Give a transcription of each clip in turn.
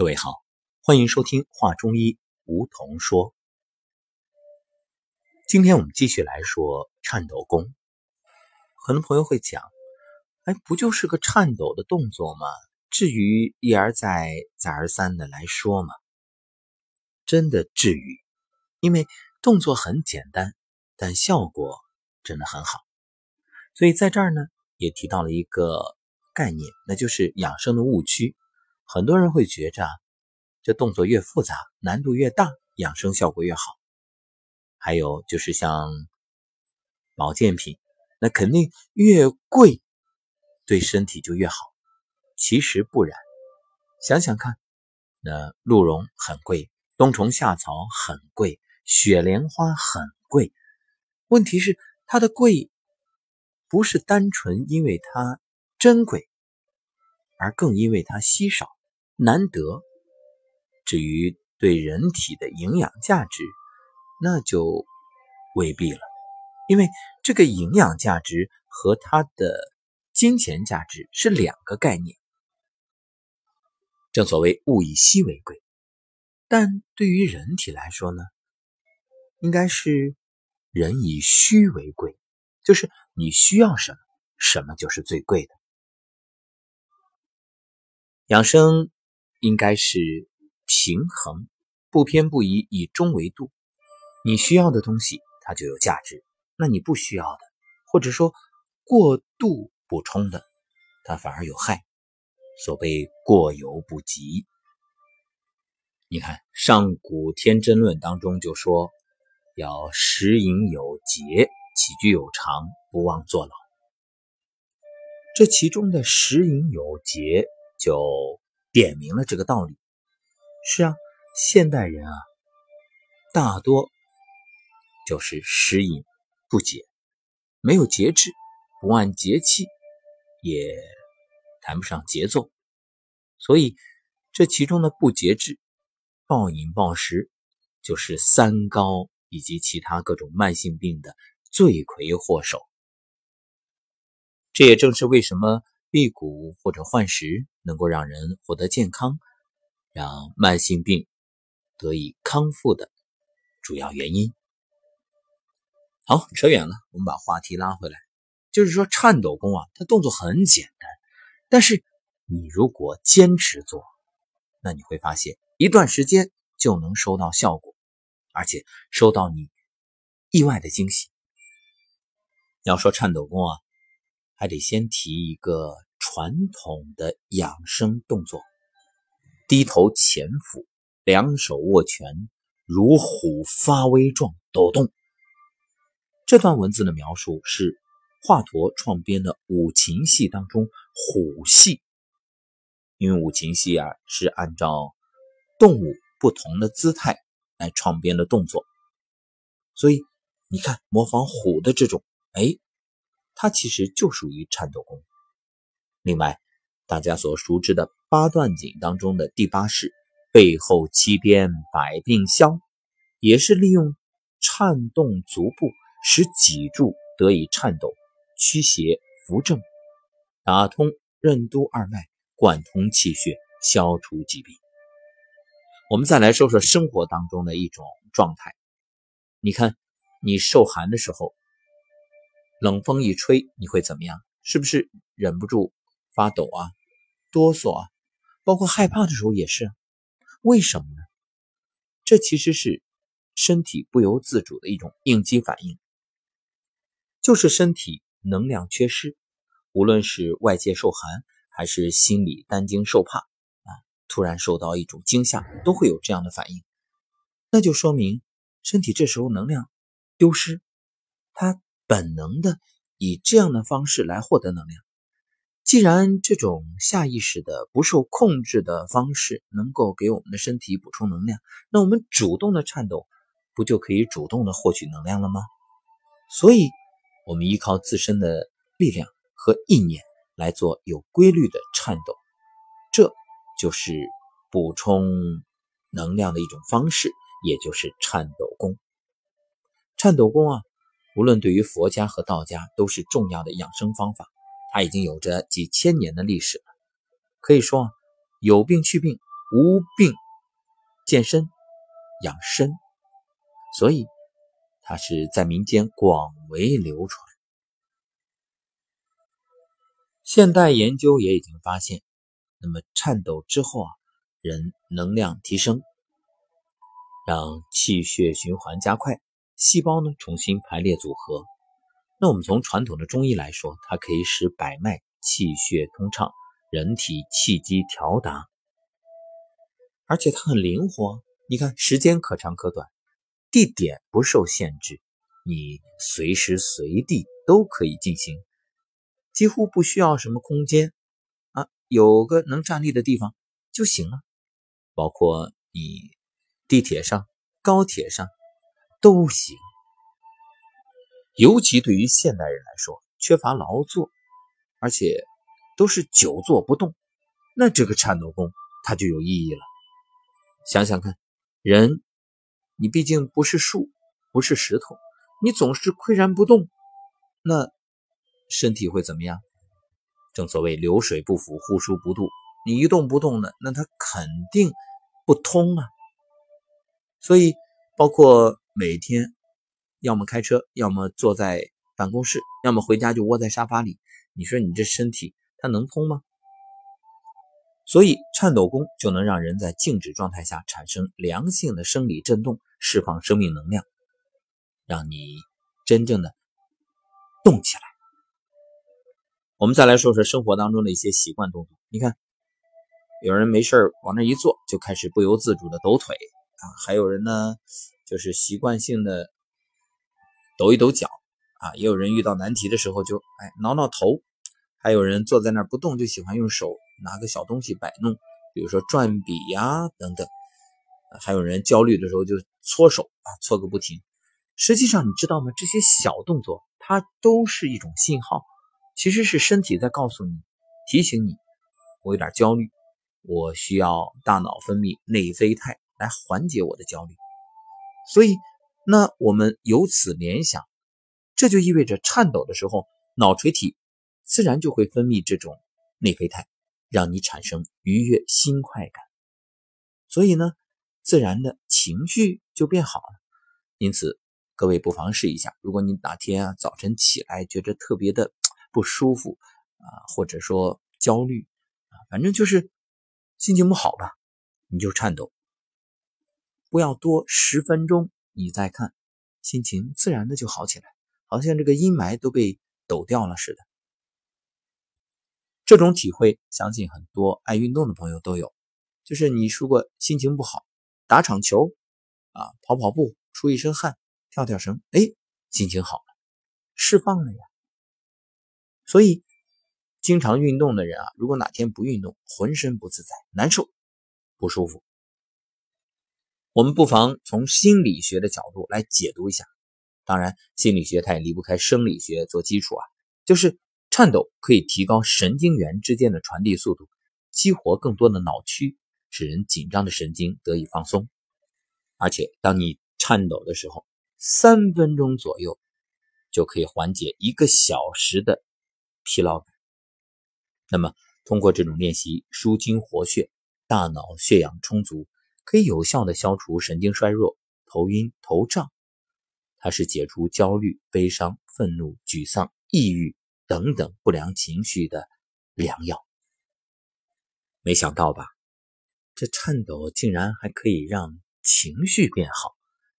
各位好，欢迎收听话中医，梧桐说。今天我们继续来说颤抖功。很多朋友会讲，不就是个颤抖的动作吗？至于一而再再而三的来说吗？真的至于，因为动作很简单，但效果真的很好。所以在这儿呢，也提到了一个概念，那就是养生的误区。很多人会觉着这动作越复杂，难度越大，养生效果越好。还有就是像保健品，那肯定越贵对身体就越好。其实不然，想想看，那鹿茸很贵，冬虫夏草很贵，雪莲花很贵。问题是它的贵不是单纯因为它珍贵，而更因为它稀少难得。至于对人体的营养价值，那就未必了，因为这个营养价值和它的金钱价值是两个概念。正所谓物以稀为贵，但对于人体来说呢，应该是人以虚为贵，就是你需要什么，什么就是最贵的。养生应该是平衡，不偏不倚，以中为度。你需要的东西它就有价值，那你不需要的，或者说过度补充的，它反而有害。所谓过犹不及。你看上古天真论当中就说，要食饮有节，起居有常，不忘坐牢。这其中的食饮有节就点明了这个道理。是啊，现代人大多就是食饮不节，没有节制，不按节气，也谈不上节奏。所以这其中的不节制、暴饮暴食，就是三高以及其他各种慢性病的罪魁祸首。这也正是为什么辟谷或者换食能够让人获得健康，让慢性病得以康复的主要原因。好，扯远了，我们把话题拉回来。就是说颤抖功它动作很简单，但是你如果坚持做，那你会发现一段时间就能收到效果，而且收到你意外的惊喜。要说颤抖功还得先提一个传统的养生动作，低头前俯，两手握拳，如虎发威状抖动。这段文字的描述是华佗创编的五禽戏当中虎戏，因为五禽戏是按照动物不同的姿态来创编的动作，所以你看模仿虎的这种它其实就属于颤抖功。另外大家所熟知的八段锦当中的第八式背后七鞭百病消，也是利用颤动足部使脊柱得以颤抖，驱邪扶正，打通任督二脉，贯通气血，消除疾病。我们再来说说生活当中的一种状态。你看你受寒的时候，冷风一吹，你会怎么样？是不是忍不住发抖哆嗦包括害怕的时候也是。为什么呢？这其实是身体不由自主的一种应激反应，就是身体能量缺失，无论是外界受寒，还是心理担惊受怕突然受到一种惊吓，都会有这样的反应。那就说明身体这时候能量丢失，它本能的以这样的方式来获得能量。既然这种下意识的不受控制的方式能够给我们的身体补充能量，那我们主动的颤抖不就可以主动的获取能量了吗？所以我们依靠自身的力量和意念来做有规律的颤抖，这就是补充能量的一种方式，也就是颤抖功。颤抖功无论对于佛家和道家都是重要的养生方法，它已经有着几千年的历史了。可以说有病去病， 无病、健身、养生，所以它是在民间广为流传。现代研究也已经发现，那么颤抖之后人能量提升，让气血循环加快，细胞呢重新排列组合。那我们从传统的中医来说，它可以使百脉气血通畅，人体气机调达，而且它很灵活。你看，时间可长可短，地点不受限制，你随时随地都可以进行，几乎不需要什么空间有个能站立的地方就行了。包括你地铁上、高铁上都行。尤其对于现代人来说，缺乏劳作，而且都是久坐不动，那这个颤抖功它就有意义了。想想看，人你毕竟不是树，不是石头，你总是岿然不动，那身体会怎么样？正所谓流水不腐，户枢不蠹，你一动不动的，那它肯定不通啊。所以包括每天要么开车，要么坐在办公室，要么回家就窝在沙发里，你说你这身体它能通吗？所以颤抖功就能让人在静止状态下产生良性的生理振动，释放生命能量，让你真正的动起来。我们再来说说生活当中的一些习惯动作。你看，有人没事往那一坐，就开始不由自主的抖腿还有人呢就是习惯性的抖一抖脚也有人遇到难题的时候就挠挠头，还有人坐在那儿不动，就喜欢用手拿个小东西摆弄，比如说转笔等等。还有人焦虑的时候就搓手搓个不停。实际上你知道吗？这些小动作它都是一种信号，其实是身体在告诉你，提醒你，我有点焦虑，我需要大脑分泌内啡肽来缓解我的焦虑。所以那我们由此联想，这就意味着颤抖的时候，脑垂体自然就会分泌这种内啡肽，让你产生愉悦新快感，所以呢自然的情绪就变好了。因此各位不妨试一下，如果你哪天早晨起来觉得特别的不舒服或者说焦虑反正就是心情不好吧，你就颤抖，不要多10分钟，你再看，心情自然的就好起来，好像这个阴霾都被抖掉了似的。这种体会相信很多爱运动的朋友都有，就是你如果心情不好，打场球跑跑步，出一身汗，跳跳绳，心情好了，释放了呀。所以经常运动的人如果哪天不运动，浑身不自在，难受，不舒服。我们不妨从心理学的角度来解读一下。当然心理学它也离不开生理学做基础就是颤抖可以提高神经元之间的传递速度，激活更多的脑区，使人紧张的神经得以放松。而且当你颤抖的时候，3分钟左右就可以缓解1个小时的疲劳感。那么通过这种练习，舒筋活血，大脑血氧充足，可以有效的消除神经衰弱、头晕、头胀。它是解除焦虑、悲伤、愤怒、沮丧、抑郁等等不良情绪的良药。没想到吧，这颤抖竟然还可以让情绪变好。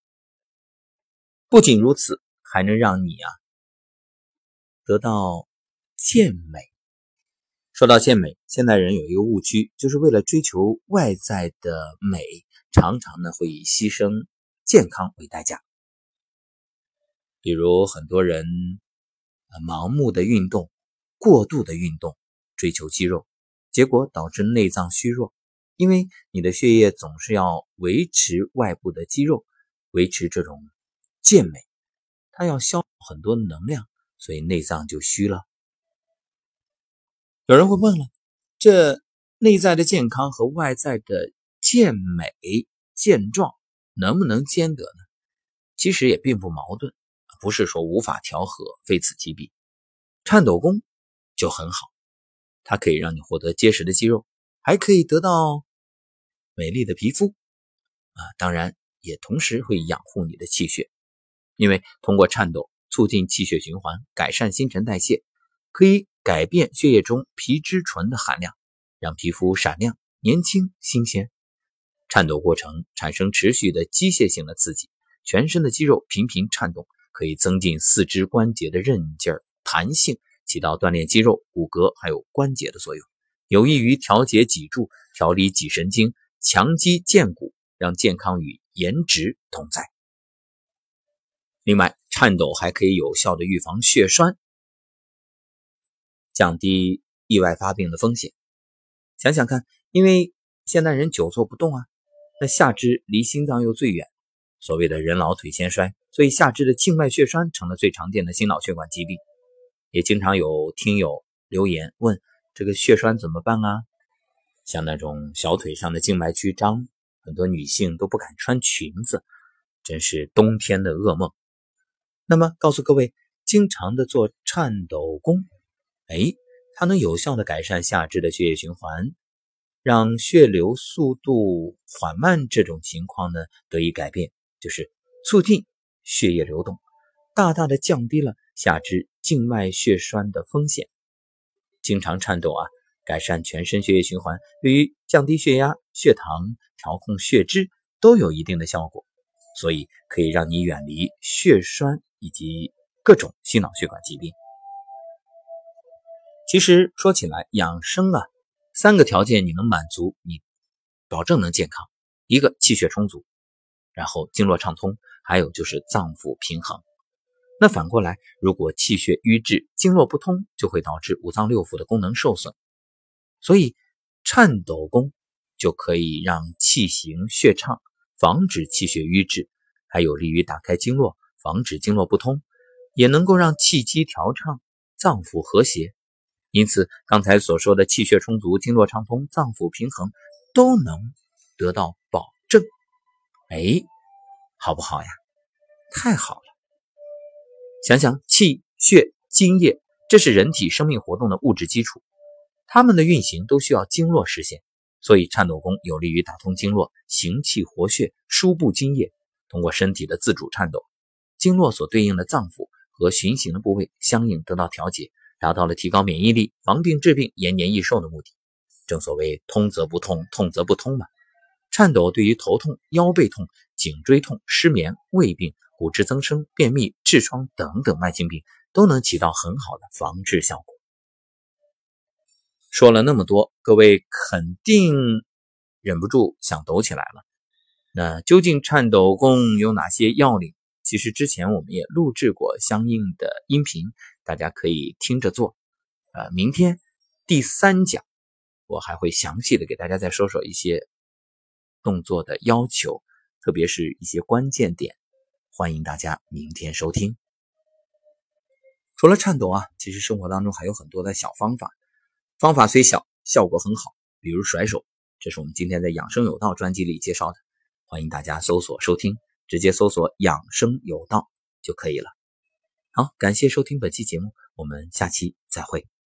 不仅如此，还能让你得到健美。说到健美，现代人有一个误区，就是为了追求外在的美，常常呢会以牺牲健康为代价。比如很多人盲目的运动，过度的运动，追求肌肉，结果导致内脏虚弱，因为你的血液总是要维持外部的肌肉，维持这种健美，它要消耗很多能量，所以内脏就虚了。有人会问了，这内在的健康和外在的健美健壮能不能兼得呢？其实也并不矛盾，不是说无法调和，非此即彼。颤抖功就很好，它可以让你获得结实的肌肉，还可以得到美丽的皮肤当然也同时会养护你的气血，因为通过颤抖促进气血循环，改善新陈代谢，可以改变血液中皮质醇的含量，让皮肤闪亮、年轻、新鲜。颤抖过程产生持续的机械性的刺激，全身的肌肉频频颤动，可以增进四肢关节的韧劲儿、弹性，起到锻炼肌肉、骨骼还有关节的作用，有益于调节脊柱、调理脊神经、强肌健骨，让健康与颜值同在。另外，颤抖还可以有效的预防血栓，降低意外发病的风险。想想看，因为现代人久坐不动那下肢离心脏又最远，所谓的人老腿先衰，所以下肢的静脉血栓成了最常见的心脑血管疾病。也经常有听友留言问，这个血栓怎么办像那种小腿上的静脉曲张，很多女性都不敢穿裙子，真是冬天的噩梦。那么告诉各位，经常的做颤抖功，它能有效的改善下肢的血液循环，让血流速度缓慢这种情况呢得以改变，就是促进血液流动，大大的降低了下肢静脉血栓的风险。经常颤抖改善全身血液循环，对于降低血压、血糖、调控血脂都有一定的效果，所以可以让你远离血栓以及各种心脑血管疾病。其实说起来，养生3个条件你能满足，你保证能健康。一个气血充足，然后经络畅通，还有就是脏腑平衡。那反过来，如果气血瘀滞、经络不通，就会导致五脏六腑的功能受损。所以颤抖功就可以让气行血畅，防止气血瘀滞，还有利于打开经络，防止经络不通，也能够让气机调畅，脏腑和谐。因此刚才所说的气血充足、经络畅通、脏腑平衡都能得到保证。好不好呀？太好了。想想气、血、津液，这是人体生命活动的物质基础，它们的运行都需要经络实现，所以颤抖功有利于打通经络，行气活血，输布津液。通过身体的自主颤抖，经络所对应的脏腑和循行的部位相应得到调节，达到了提高免疫力、防病治病、延年益寿的目的。正所谓通则不痛，痛则不通嘛。颤抖对于头痛、腰背痛、颈椎痛、失眠、胃病、骨质增生、便秘、痔疮等等慢性病都能起到很好的防治效果。说了那么多，各位肯定忍不住想抖起来了。那究竟颤抖功有哪些要领？其实之前我们也录制过相应的音频，大家可以听着做。明天第3讲，我还会详细的给大家再说说一些动作的要求，特别是一些关键点，欢迎大家明天收听。除了颤抖其实生活当中还有很多的小方法，方法虽小，效果很好，比如甩手，这是我们今天在养生有道专辑里介绍的，欢迎大家搜索收听，直接搜索养生有道就可以了。好，感谢收听本期节目，我们下期再会。